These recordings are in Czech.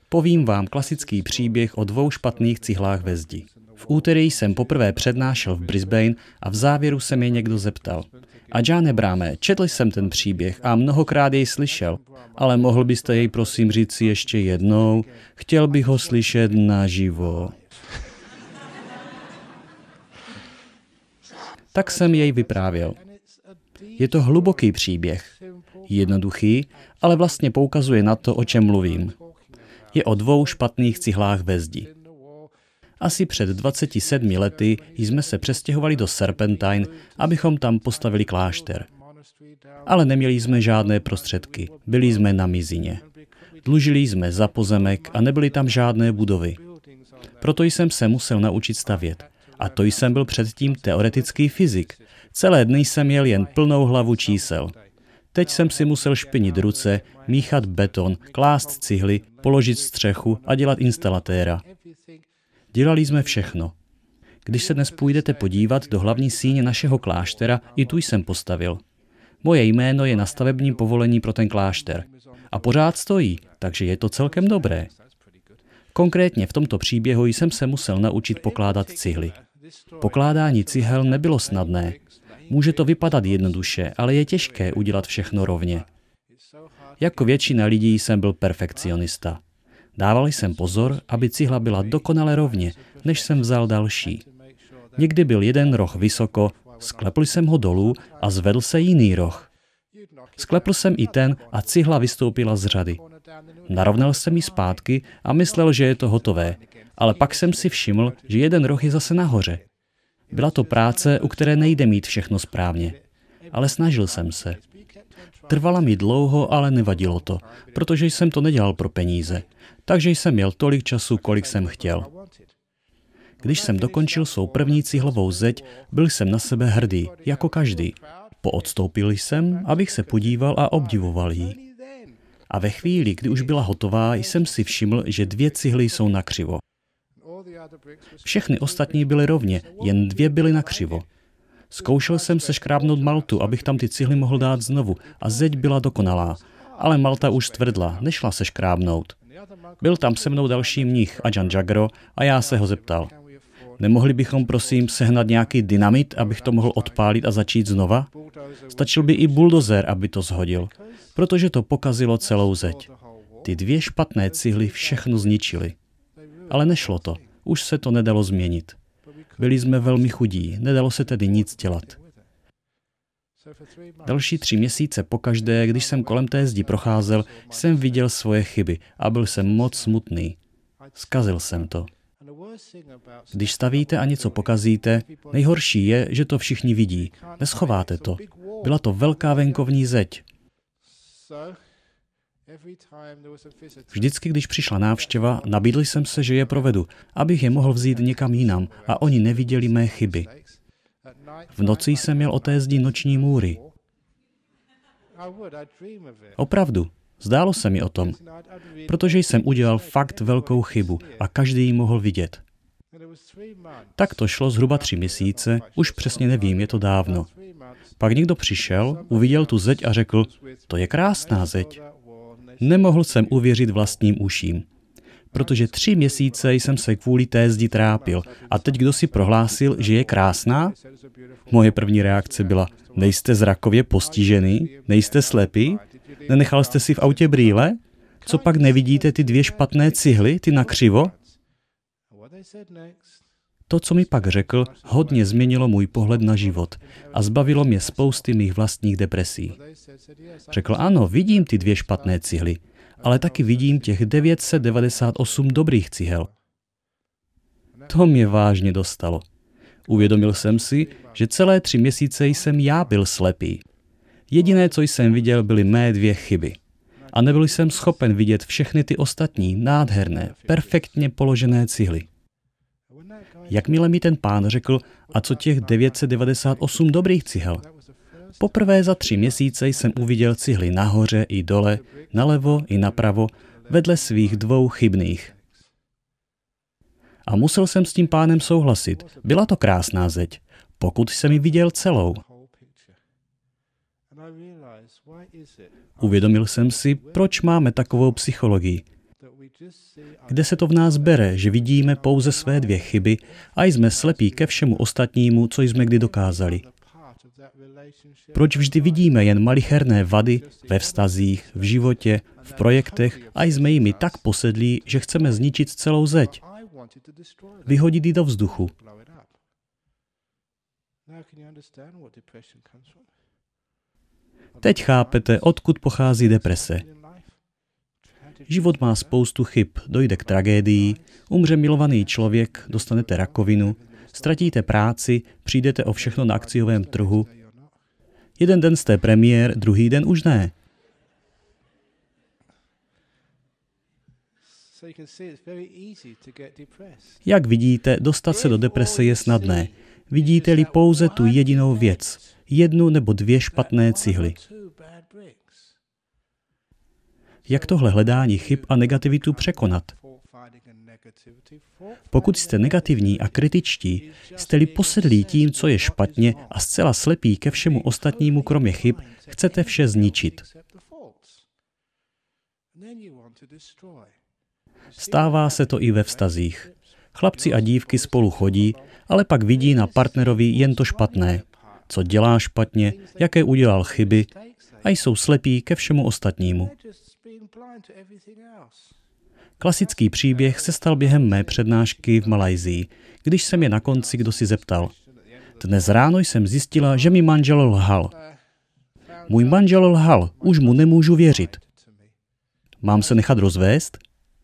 Povím vám klasický příběh o 2 špatných cihlách ve zdi. V úterý jsem poprvé přednášel v Brisbane a v závěru se mě někdo zeptal. A John Abráme, četl jsem ten příběh a mnohokrát jej slyšel, ale mohl byste jej prosím říct si ještě jednou? Chtěl bych ho slyšet naživo. Tak jsem jej vyprávěl. Je to hluboký příběh. Jednoduchý, ale vlastně poukazuje na to, o čem mluvím. Je o 2 špatných cihlách ve zdi. Asi před 27 lety jsme se přestěhovali do Serpentine, abychom tam postavili klášter. Ale neměli jsme žádné prostředky, byli jsme na mizině. Dlužili jsme za pozemek a nebyly tam žádné budovy. Proto jsem se musel naučit stavět. A to jsem byl předtím teoretický fyzik. Celé dny jsem měl jen plnou hlavu čísel. Teď jsem si musel špinit ruce, míchat beton, klást cihly, položit střechu a dělat instalatéra. Dělali jsme všechno. Když se dnes půjdete podívat do hlavní síně našeho kláštera, i tu jsem postavil. Moje jméno je na stavebním povolení pro ten klášter. A pořád stojí, takže je to celkem dobré. Konkrétně v tomto příběhu jsem se musel naučit pokládat cihly. Pokládání cihel nebylo snadné. Může to vypadat jednoduše, ale je těžké udělat všechno rovně. Jako většina lidí jsem byl perfekcionista. Dával jsem pozor, aby cihla byla dokonale rovně, než jsem vzal další. Někdy byl jeden roh vysoko, sklepl jsem ho dolů a zvedl se jiný roh. Sklepl jsem i ten a cihla vystoupila z řady. Narovnal jsem ji zpátky a myslel, že je to hotové, ale pak jsem si všiml, že jeden roh je zase nahoře. Byla to práce, u které nejde mít všechno správně, ale snažil jsem se. Trvala mi dlouho, ale nevadilo to, protože jsem to nedělal pro peníze, takže jsem měl tolik času, kolik jsem chtěl. Když jsem dokončil svou první cihlovou zeď, byl jsem na sebe hrdý, jako každý. Poodstoupil jsem, abych se podíval a obdivoval ji. A ve chvíli, kdy už byla hotová, jsem si všiml, že 2 cihly jsou nakřivo. Všechny ostatní byly rovně, jen 2 byly nakřivo. Zkoušel jsem se škrábnout maltu, abych tam ty cihly mohl dát znovu a zeď byla dokonalá, ale malta už stvrdla, nešla se škrábnout. Byl tam se mnou další mnich, Ajahn Jagro, a já se ho zeptal. Nemohli bychom prosím sehnat nějaký dynamit, abych to mohl odpálit a začít znova? Stačil by i buldozer, aby to shodil, protože to pokazilo celou zeď. Ty 2 špatné cihly všechno zničily. Ale nešlo to, už se to nedalo změnit. Byli jsme velmi chudí, nedalo se tedy nic dělat. Další 3 měsíce pokaždé, když jsem kolem té zdi procházel, jsem viděl svoje chyby a byl jsem moc smutný. Zkazil jsem to. Když stavíte a něco pokazíte, nejhorší je, že to všichni vidí. Neschováte to. Byla to velká venkovní zeď. Vždycky, když přišla návštěva, nabídl jsem se, že je provedu, abych je mohl vzít někam jinam a oni neviděli mé chyby. V noci jsem měl o té zdi noční můry. Opravdu, zdálo se mi o tom, protože jsem udělal fakt velkou chybu a každý ji mohl vidět. Tak to šlo zhruba 3 měsíce, už přesně nevím, je to dávno. Pak někdo přišel, uviděl tu zeď a řekl, to je krásná zeď. Nemohl jsem uvěřit vlastním uším, protože 3 měsíce jsem se kvůli té zdi trápil a teď kdo si prohlásil, že je krásná? Moje první reakce byla, nejste zrakově postižený, nejste slepý, nenechal jste si v autě brýle? Co pak nevidíte ty 2 špatné cihly, ty nakřivo? To, co mi pak řekl, hodně změnilo můj pohled na život a zbavilo mě spousty mých vlastních depresí. Řekl, ano, vidím ty 2 špatné cihly, ale taky vidím těch 998 dobrých cihel. To mě vážně dostalo. Uvědomil jsem si, že celé 3 měsíce jsem já byl slepý. Jediné, co jsem viděl, byly mé 2 chyby. A nebyl jsem schopen vidět všechny ty ostatní, nádherné, perfektně položené cihly. Jakmile mi ten pán řekl, a co těch 998 dobrých cihel? Poprvé za 3 měsíce jsem uviděl cihly nahoře i dole, nalevo i napravo, vedle svých 2 chybných. A musel jsem s tím pánem souhlasit. Byla to krásná zeď, pokud jsem ji viděl celou. Uvědomil jsem si, proč máme takovou psychologii. Kde se to v nás bere, že vidíme pouze své 2 chyby a jsme slepí ke všemu ostatnímu, co jsme kdy dokázali? Proč vždy vidíme jen malicherné vady ve vztazích, v životě, v projektech a jsme jimi tak posedlí, že chceme zničit celou zeď? Vyhodit ji do vzduchu. Teď chápete, odkud pochází deprese. Život má spoustu chyb, dojde k tragédii, umře milovaný člověk, dostanete rakovinu, ztratíte práci, přijdete o všechno na akciovém trhu. Jeden den jste premiér, druhý den už ne. Jak vidíte, dostat se do deprese je snadné. Vidíte-li pouze tu jedinou věc, 1 nebo 2 špatné cihly. Jak tohle hledání chyb a negativitu překonat? Pokud jste negativní a kritičtí, jste-li posedlí tím, co je špatně a zcela slepí ke všemu ostatnímu kromě chyb, chcete vše zničit. Stává se to i ve vztazích. Chlapci a dívky spolu chodí, ale pak vidí na partnerovi jen to špatné, co dělá špatně, jaké udělal chyby a jsou slepí ke všemu ostatnímu. Klasický příběh se stal během mé přednášky v Malajsii, když se mě na konci kdosi zeptal. Dnes ráno jsem zjistila, že mi manžel lhal. Můj manžel lhal, už mu nemůžu věřit. Mám se nechat rozvést?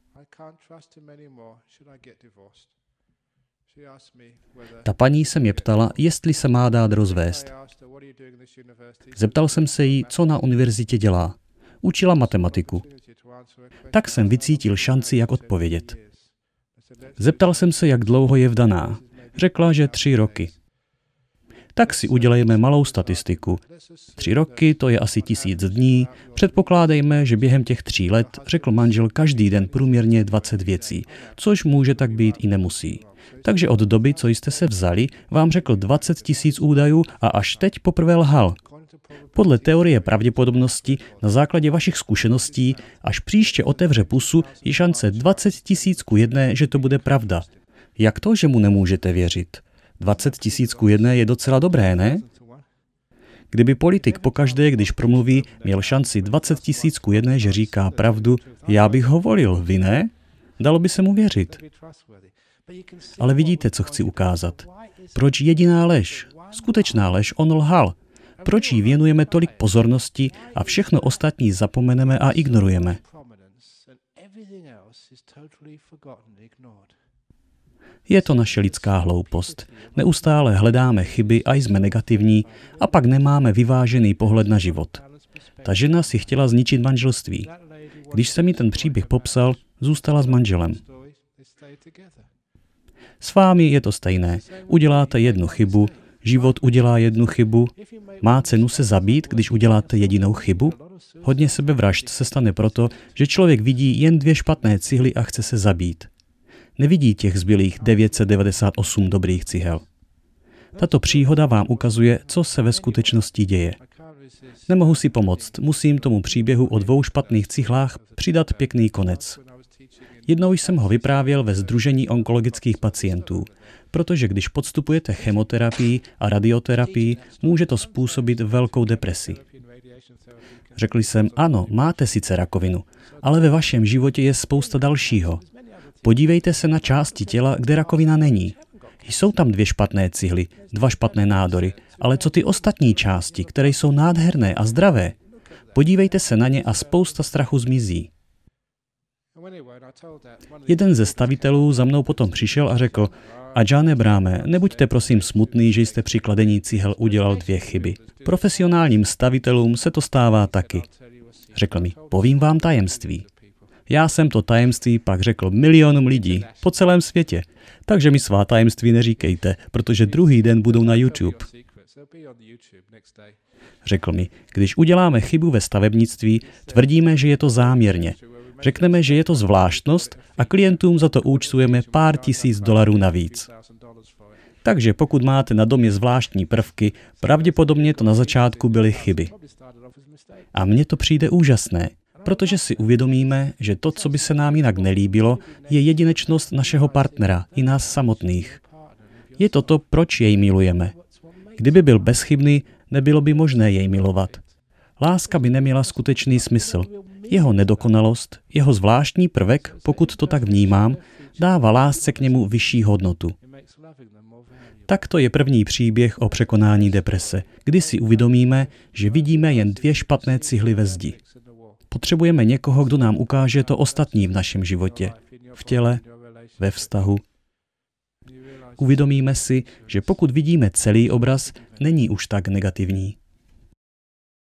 Ta paní se mě ptala, jestli se má dát rozvést. Zeptal jsem se jí, co na univerzitě dělá. Učila matematiku. Tak jsem vycítil šanci, jak odpovědět. Zeptal jsem se, jak dlouho je vdaná. Řekla, že 3 roky. Tak si udělejme malou statistiku. 3 roky, to je asi 1000 dní. Předpokládejme, že během těch 3 let řekl manžel každý den průměrně 20 věcí, což může tak být i nemusí. Takže od doby, co jste se vzali, vám řekl 20 000 údajů a až teď poprvé lhal. Podle teorie pravděpodobnosti, na základě vašich zkušeností, až příště otevře pusu, je šance 20 000 ku 1, že to bude pravda. Jak to, že mu nemůžete věřit? 20 000 ku 1 je docela dobré, ne? Kdyby politik pokaždé, když promluví, měl šanci 20 000 ku 1, že říká pravdu, já bych ho volil, vy ne? Dalo by se mu věřit. Ale vidíte, co chci ukázat. Proč jediná lež, skutečná lež, on lhal? Proč jí věnujeme tolik pozornosti a všechno ostatní zapomeneme a ignorujeme? Je to naše lidská hloupost. Neustále hledáme chyby a jsme negativní a pak nemáme vyvážený pohled na život. Ta žena si chtěla zničit manželství. Když jsem mi ten příběh popsal, zůstala s manželem. S vámi je to stejné. Uděláte 1 chybu, život udělá 1 chybu. Má cenu se zabít, když uděláte jedinou chybu? Hodně sebevražd se stane proto, že člověk vidí jen 2 špatné cihly a chce se zabít. Nevidí těch zbylých 998 dobrých cihel. Tato příhoda vám ukazuje, co se ve skutečnosti děje. Nemohu si pomoct, musím tomu příběhu o 2 špatných cihlách přidat pěkný konec. Jednou jsem ho vyprávěl ve sdružení onkologických pacientů, protože když podstupujete chemoterapii a radioterapii, může to způsobit velkou depresi. Řekl jsem, ano, máte sice rakovinu, ale ve vašem životě je spousta dalšího. Podívejte se na části těla, kde rakovina není. Jsou tam 2 špatné cihly, 2 špatné nádory, ale co ty ostatní části, které jsou nádherné a zdravé? Podívejte se na ně a spousta strachu zmizí. Jeden ze stavitelů za mnou potom přišel a řekl, Ajahn Brahme, nebuďte prosím smutný, že jste při kladení cihel udělal 2 chyby. Profesionálním stavitelům se to stává taky. Řekl mi, povím vám tajemství. Já jsem to tajemství pak řekl milionům lidí po celém světě. Takže mi svá tajemství neříkejte, protože druhý den budou na YouTube. Řekl mi, když uděláme chybu ve stavebnictví, tvrdíme, že je to záměrně. Řekneme, že je to zvláštnost a klientům za to účtujeme pár $1000 navíc. Takže pokud máte na domě zvláštní prvky, pravděpodobně to na začátku byly chyby. A mně to přijde úžasné. Protože si uvědomíme, že to, co by se nám jinak nelíbilo, je jedinečnost našeho partnera i nás samotných. Je to to, proč jej milujeme. Kdyby byl bezchybný, nebylo by možné jej milovat. Láska by neměla skutečný smysl. Jeho nedokonalost, jeho zvláštní prvek, pokud to tak vnímám, dává lásce k němu vyšší hodnotu. Takto je první příběh o překonání deprese, kdy si uvědomíme, že vidíme jen 2 špatné cihly ve zdi. Potřebujeme někoho, kdo nám ukáže to ostatní v našem životě, v těle, ve vztahu. Uvědomíme si, že pokud vidíme celý obraz, není už tak negativní.